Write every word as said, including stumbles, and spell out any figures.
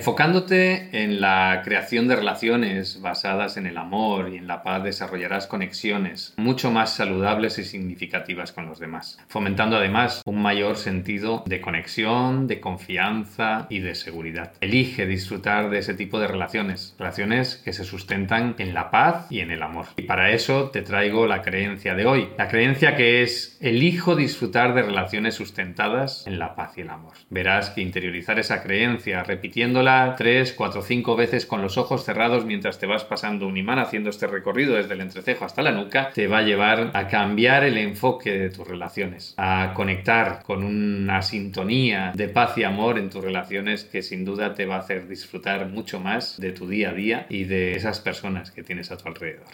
Enfocándote en la creación de relaciones basadas en el amor y en la paz, desarrollarás conexiones mucho más saludables y significativas con los demás, fomentando además un mayor sentido de conexión, de confianza y de seguridad. Elige disfrutar de ese tipo de relaciones, relaciones que se sustentan en la paz y en el amor. Y para eso te traigo la creencia de hoy, la creencia que es: elijo disfrutar de relaciones sustentadas en la paz y el amor. Verás que interiorizar esa creencia, repitiéndola tres, cuatro, cinco veces con los ojos cerrados mientras te vas pasando un imán haciendo este recorrido desde el entrecejo hasta la nuca, te va a llevar a cambiar el enfoque de tus relaciones, a conectar con una sintonía de paz y amor en tus relaciones que sin duda te va a hacer disfrutar mucho más de tu día a día y de esas personas que tienes a tu alrededor.